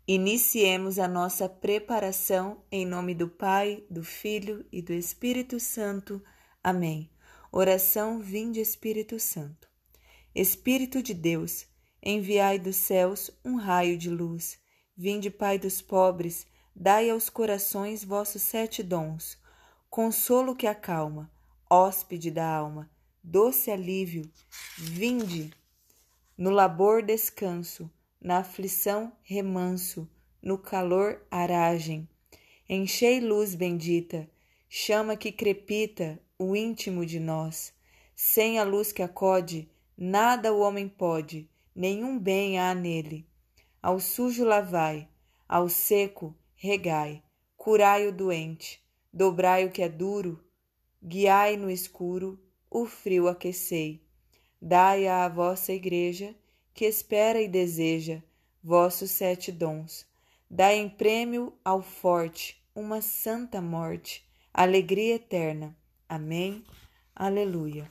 Iniciemos a nossa preparação em nome do Pai, do Filho e do Espírito Santo. Amém. Oração Vinde Espírito Santo. Espírito de Deus, enviai dos céus um raio de luz. Vinde, Pai dos pobres, dai aos corações vossos 7 dons. Consolo que acalma, hóspede da alma, doce alívio. Vinde, no labor descanso, na aflição remanso, no calor aragem. Enchei luz bendita, chama que crepita o íntimo de nós. Sem a luz que acode, nada o homem pode, nenhum bem há nele. Ao sujo lavai, ao seco regai, curai o doente, dobrai o que é duro, guiai no escuro, o frio aquecei. Dai à vossa igreja, que espera e deseja vossos 7 dons. Dai em prêmio ao forte uma santa morte, alegria eterna. Amém. Aleluia.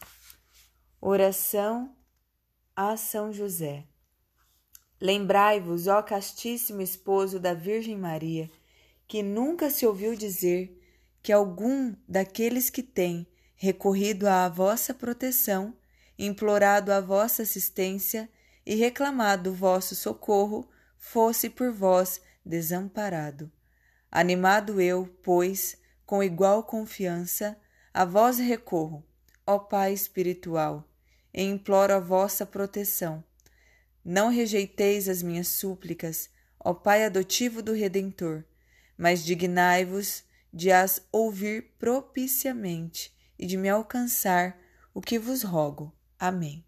Oração a São José. Lembrai-vos, ó castíssimo esposo da Virgem Maria, que nunca se ouviu dizer que algum daqueles que têm recorrido à vossa proteção, implorado a vossa assistência e reclamado o vosso socorro, fosse por vós desamparado. Animado eu, pois, com igual confiança, a vós recorro, ó Pai espiritual, e imploro a vossa proteção. Não rejeiteis as minhas súplicas, ó Pai adotivo do Redentor, mas dignai-vos de as ouvir propiciamente e de me alcançar o que vos rogo. Amém.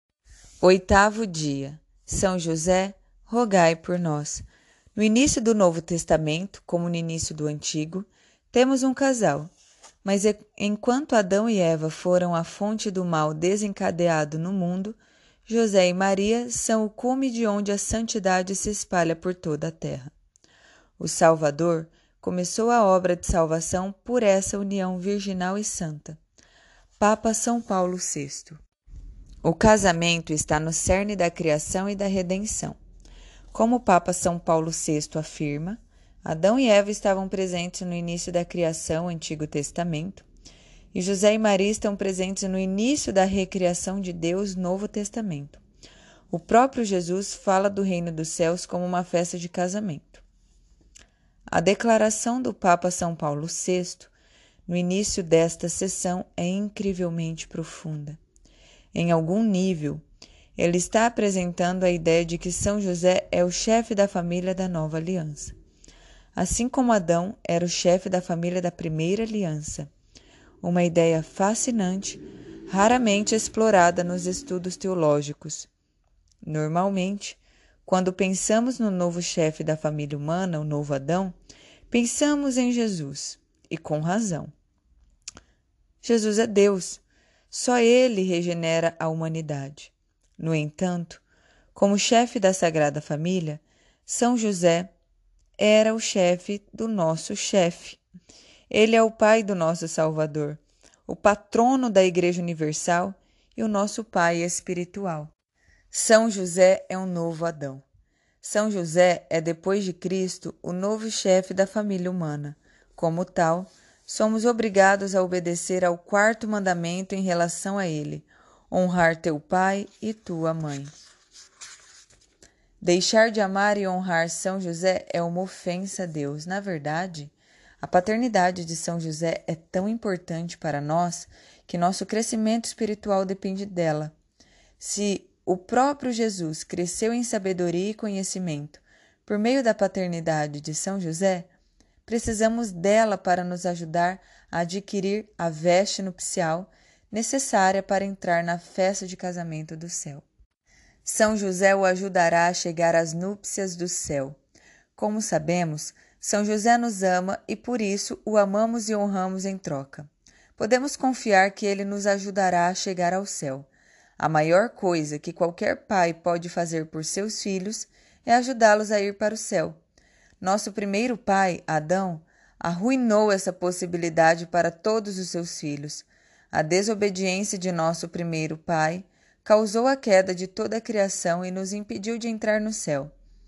8º dia. São José, rogai por nós. No início do Novo Testamento, como no início do Antigo, temos um casal, mas enquanto Adão e Eva foram a fonte do mal desencadeado no mundo, José e Maria são o cume de onde a santidade se espalha por toda a terra. O Salvador começou a obra de salvação por essa união virginal e santa. Papa São Paulo VI. O casamento está no cerne da criação e da redenção. Como o Papa São Paulo VI afirma, Adão e Eva estavam presentes no início da criação, Antigo Testamento, e José e Maria estão presentes no início da recriação de Deus, Novo Testamento. O próprio Jesus fala do reino dos céus como uma festa de casamento. A declaração do Papa São Paulo VI, no início desta sessão, é incrivelmente profunda. Em algum nível, ele está apresentando a ideia de que São José é o chefe da família da nova aliança. Assim como Adão era o chefe da família da primeira aliança. Uma ideia fascinante, raramente explorada nos estudos teológicos. Normalmente, quando pensamos no novo chefe da família humana, o novo Adão, pensamos em Jesus, e com razão. Jesus é Deus. Só Ele regenera a humanidade. No entanto, como chefe da Sagrada Família, São José era o chefe do nosso chefe. Ele é o pai do nosso Salvador, o patrono da Igreja Universal e o nosso pai espiritual. São José é um novo Adão. São José é, depois de Cristo, o novo chefe da família humana. Como tal, somos obrigados a obedecer ao 4º mandamento em relação a ele: honrar teu pai e tua mãe. Deixar de amar e honrar São José é uma ofensa a Deus. Na verdade, a paternidade de São José é tão importante para nós que nosso crescimento espiritual depende dela. Se o próprio Jesus cresceu em sabedoria e conhecimento por meio da paternidade de São José, precisamos dela para nos ajudar a adquirir a veste nupcial necessária para entrar na festa de casamento do céu. São José o ajudará a chegar às núpcias do céu. Como sabemos, São José nos ama e por isso o amamos e honramos em troca. Podemos confiar que ele nos ajudará a chegar ao céu. A maior coisa que qualquer pai pode fazer por seus filhos é ajudá-los a ir para o céu. Nosso primeiro pai, Adão, arruinou essa possibilidade para todos os seus filhos. A desobediência de nosso primeiro pai causou a queda de toda a criação e nos impediu de entrar no céu.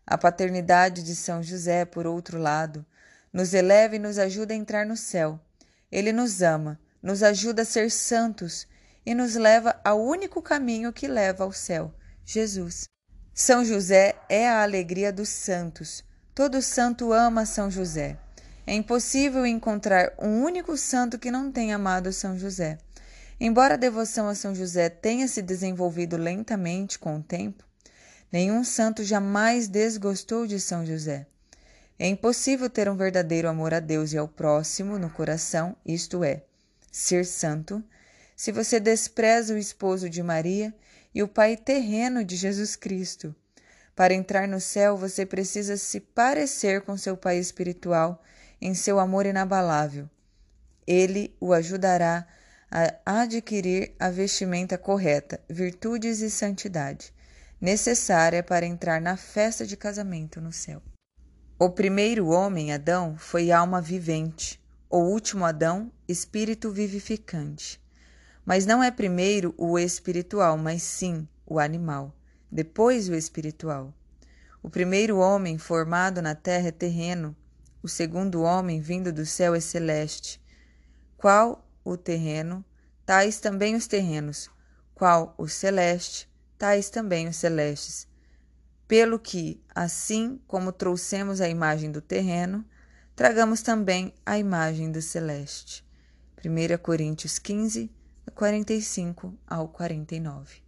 A paternidade de São José, por outro lado, nos eleva e nos ajuda a entrar no céu. Ele nos ama, nos ajuda a ser santos e nos leva ao único caminho que leva ao céu, Jesus. São José é a alegria dos santos. Todo santo ama São José. É impossível encontrar um único santo que não tenha amado São José. Embora a devoção a São José tenha se desenvolvido lentamente com o tempo, nenhum santo jamais desgostou de São José. É impossível ter um verdadeiro amor a Deus e ao próximo no coração, isto é, ser santo, se você despreza o esposo de Maria e o pai terreno de Jesus Cristo. Para entrar no céu, você precisa se parecer com seu pai espiritual em seu amor inabalável. Ele o ajudará a adquirir a vestimenta correta, virtudes e santidade, necessária para entrar na festa de casamento no céu. O primeiro homem, Adão, foi alma vivente. O último Adão, espírito vivificante. Mas não é primeiro o espiritual, mas sim o animal, depois o espiritual. O primeiro homem formado na terra é terreno, o segundo homem vindo do céu é celeste. Qual o terreno, tais também os terrenos, qual o celeste, tais também os celestes. Pelo que, assim como trouxemos a imagem do terreno, tragamos também a imagem do celeste. 1 Coríntios 15, 45 ao 49.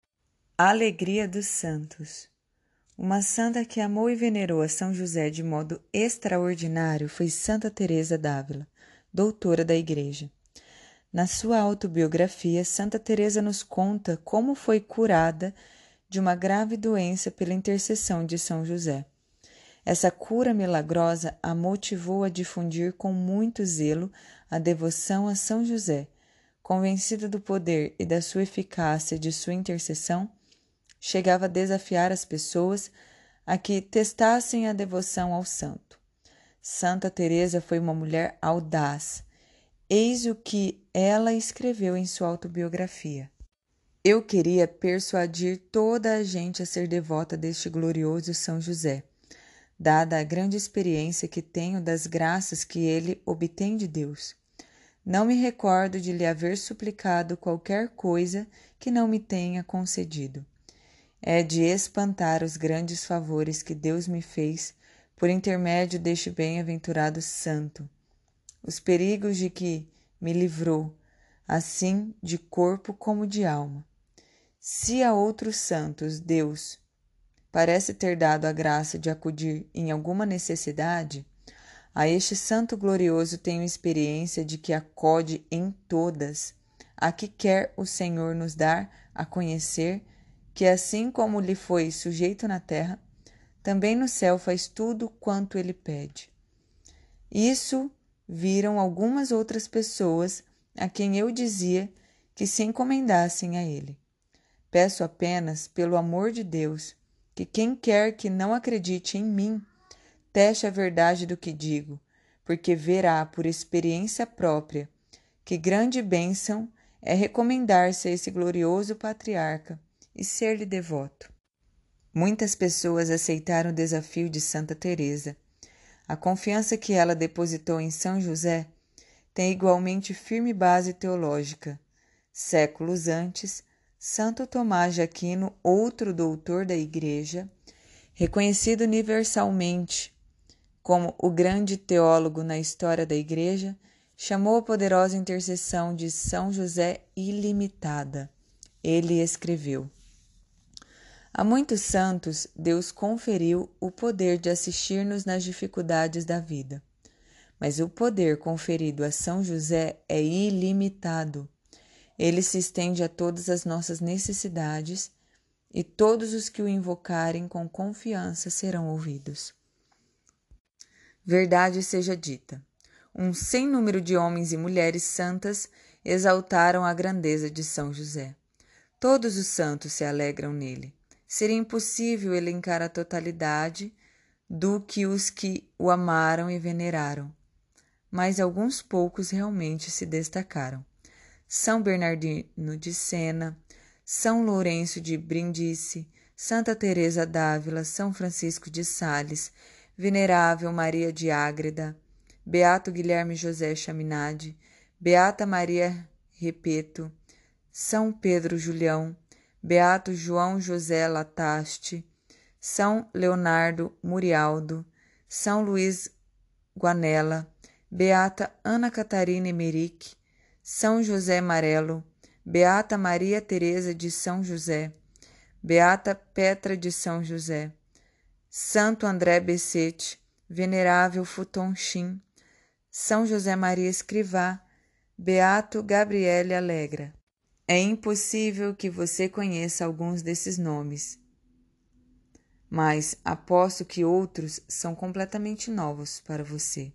A alegria dos santos. Uma santa que amou e venerou a São José de modo extraordinário foi Santa Teresa d'Ávila, doutora da Igreja. Na sua autobiografia, Santa Teresa nos conta como foi curada de uma grave doença pela intercessão de São José. Essa cura milagrosa a motivou a difundir com muito zelo a devoção a São José. Convencida do poder e da sua eficácia de sua intercessão, chegava a desafiar as pessoas a que testassem a devoção ao santo. Santa Teresa foi uma mulher audaz. Eis o que ela escreveu em sua autobiografia. Eu queria persuadir toda a gente a ser devota deste glorioso São José, dada a grande experiência que tenho das graças que ele obtém de Deus. Não me recordo de lhe haver suplicado qualquer coisa que não me tenha concedido. É de espantar os grandes favores que Deus me fez por intermédio deste bem-aventurado santo, os perigos de que me livrou, assim de corpo como de alma. Se a outros santos Deus parece ter dado a graça de acudir em alguma necessidade, a este santo glorioso tenho experiência de que acode em todas, a que quer o Senhor nos dar a conhecer que, assim como lhe foi sujeito na terra, também no céu faz tudo quanto ele pede. Isso viram algumas outras pessoas a quem eu dizia que se encomendassem a ele. Peço apenas, pelo amor de Deus, que quem quer que não acredite em mim, teste a verdade do que digo, porque verá por experiência própria que grande bênção é recomendar-se a esse glorioso patriarca e ser-lhe devoto. Muitas pessoas aceitaram o desafio de Santa Teresa. A confiança que ela depositou em São José tem igualmente firme base teológica. Séculos antes, Santo Tomás de Aquino, outro doutor da Igreja, reconhecido universalmente como o grande teólogo na história da Igreja, chamou a poderosa intercessão de São José ilimitada. Ele escreveu: a muitos santos Deus conferiu o poder de assistir-nos nas dificuldades da vida, mas o poder conferido a São José é ilimitado. Ele se estende a todas as nossas necessidades e todos os que o invocarem com confiança serão ouvidos. Verdade seja dita, um sem número de homens e mulheres santas exaltaram a grandeza de São José. Todos os santos se alegram nele. Seria impossível elencar a totalidade do que os que o amaram e veneraram, mas alguns poucos realmente se destacaram. São Bernardino de Sena, São Lourenço de Brindisi, Santa Teresa d'Ávila, São Francisco de Sales, Venerável Maria de Ágreda, Beato Guilherme José Chaminade, Beata Maria Repeto, São Pedro Julião, Beato João José Lataste, São Leonardo Murialdo, São Luís Guanella, Beata Ana Catarina Emerick, São José Marelo, Beata Maria Teresa de São José, Beata Petra de São José, Santo André Becete, Venerável Futon Chin, São José Maria Escrivá, Beato Gabriele Alegra. É impossível que você conheça alguns desses nomes, mas aposto que outros são completamente novos para você.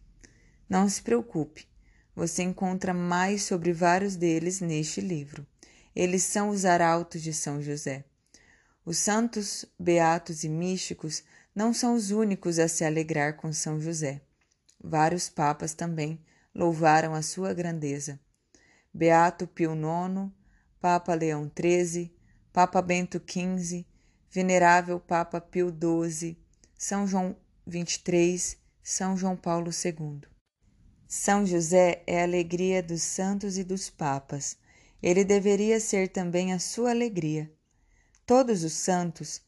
Não se preocupe, você encontra mais sobre vários deles neste livro. Eles são os arautos de São José. Os santos, beatos e místicos não são os únicos a se alegrar com São José. Vários papas também louvaram a sua grandeza. Beato Pio IX, Papa Leão XIII, Papa Bento XV, Venerável Papa Pio XII, São João XXIII, São João Paulo II. São José é a alegria dos santos e dos papas. Ele deveria ser também a sua alegria. Todos os santos,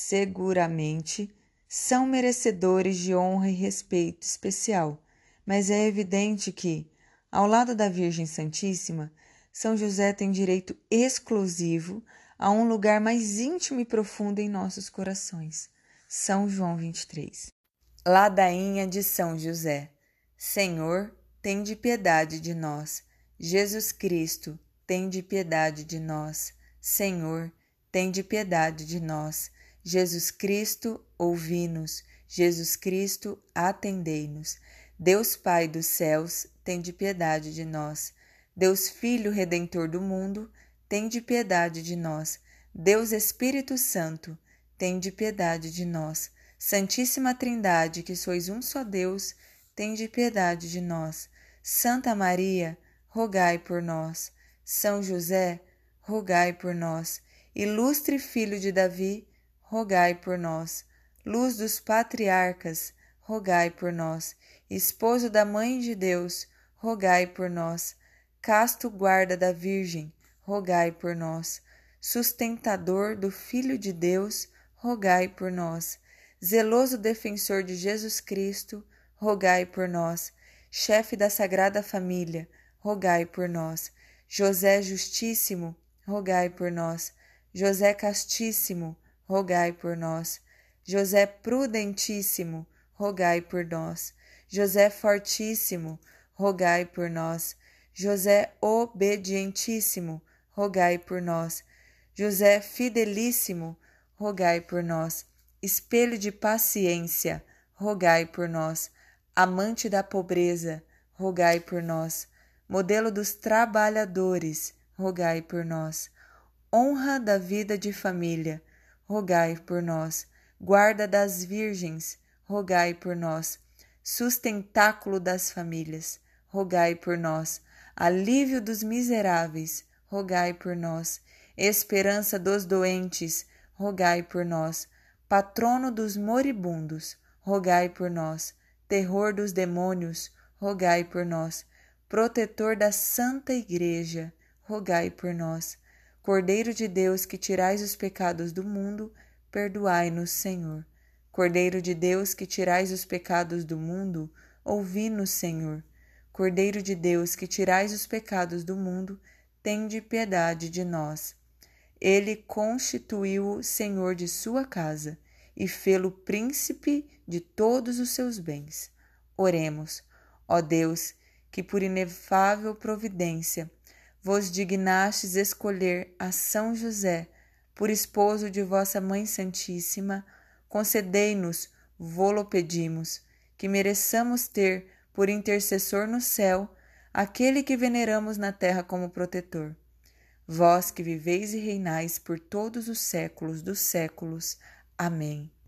seguramente, são merecedores de honra e respeito especial, mas é evidente que, ao lado da Virgem Santíssima, São José tem direito exclusivo a um lugar mais íntimo e profundo em nossos corações. São João 23. Ladainha de São José. Senhor, tende piedade de nós. Jesus Cristo, tende piedade de nós. Senhor, tende piedade de nós. Jesus Cristo, ouvi-nos. Jesus Cristo, atendei-nos. Deus Pai dos céus, tende piedade de nós. Deus Filho Redentor do mundo, tende piedade de nós. Deus Espírito Santo, tende piedade de nós. Santíssima Trindade, que sois um só Deus, tende piedade de nós. Santa Maria, rogai por nós. São José, rogai por nós. Ilustre Filho de Davi, rogai por nós. Luz dos patriarcas, rogai por nós. Esposo da Mãe de Deus, rogai por nós. Casto guarda da Virgem, rogai por nós. Sustentador do Filho de Deus, rogai por nós. Zeloso defensor de Jesus Cristo, rogai por nós. Chefe da Sagrada Família, rogai por nós. José Justíssimo, rogai por nós. José Castíssimo, rogai por nós. José Prudentíssimo, rogai por nós. José Fortíssimo, rogai por nós. José Obedientíssimo, rogai por nós. José Fidelíssimo, rogai por nós. Espelho de paciência, rogai por nós. Amante da pobreza, rogai por nós. Modelo dos trabalhadores, rogai por nós. Honra da vida de família, rogai por nós. Guarda das virgens, rogai por nós. Sustentáculo das famílias, rogai por nós. Alívio dos miseráveis, rogai por nós. Esperança dos doentes, rogai por nós. Patrono dos moribundos, rogai por nós. Terror dos demônios, rogai por nós. Protetor da Santa Igreja, rogai por nós. Cordeiro de Deus, que tirais os pecados do mundo, perdoai-nos, Senhor. Cordeiro de Deus, que tirais os pecados do mundo, ouvi-nos, Senhor. Cordeiro de Deus, que tirais os pecados do mundo, tende piedade de nós. Ele constituiu-o Senhor de sua casa e fê-lo príncipe de todos os seus bens. Oremos, ó Deus, que por inefável providência vos dignastes escolher a São José por esposo de vossa Mãe Santíssima, concedei-nos, vô-lo pedimos, que mereçamos ter por intercessor no céu aquele que veneramos na terra como protetor. Vós que viveis e reinais por todos os séculos dos séculos. Amém.